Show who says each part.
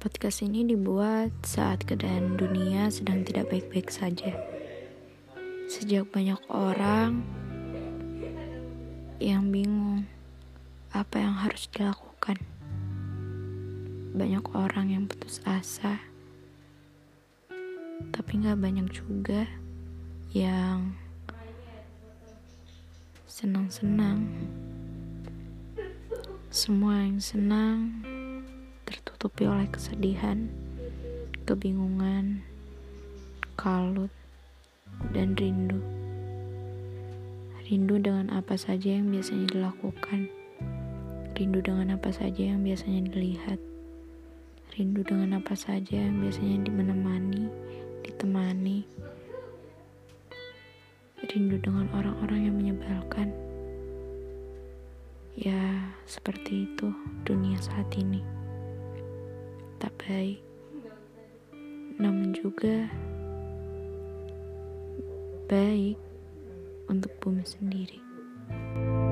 Speaker 1: Podcast ini dibuat saat keadaan dunia sedang tidak baik-baik saja. Sejak banyak orang yang bingung apa yang harus dilakukan. Banyak orang yang putus asa, tapi gak banyak juga yang senang-senang. Semua yang senang tertutupi oleh kesedihan, kebingungan, kalut, dan rindu. Rindu dengan apa saja yang biasanya dilakukan. Rindu dengan apa saja yang biasanya dilihat. Rindu dengan apa saja yang biasanya menemani, ditemani. Rindu dengan orang-orang yang menyebalkan. Ya, seperti itu dunia saat ini. Tak baik, namun juga baik untuk bumi sendiri.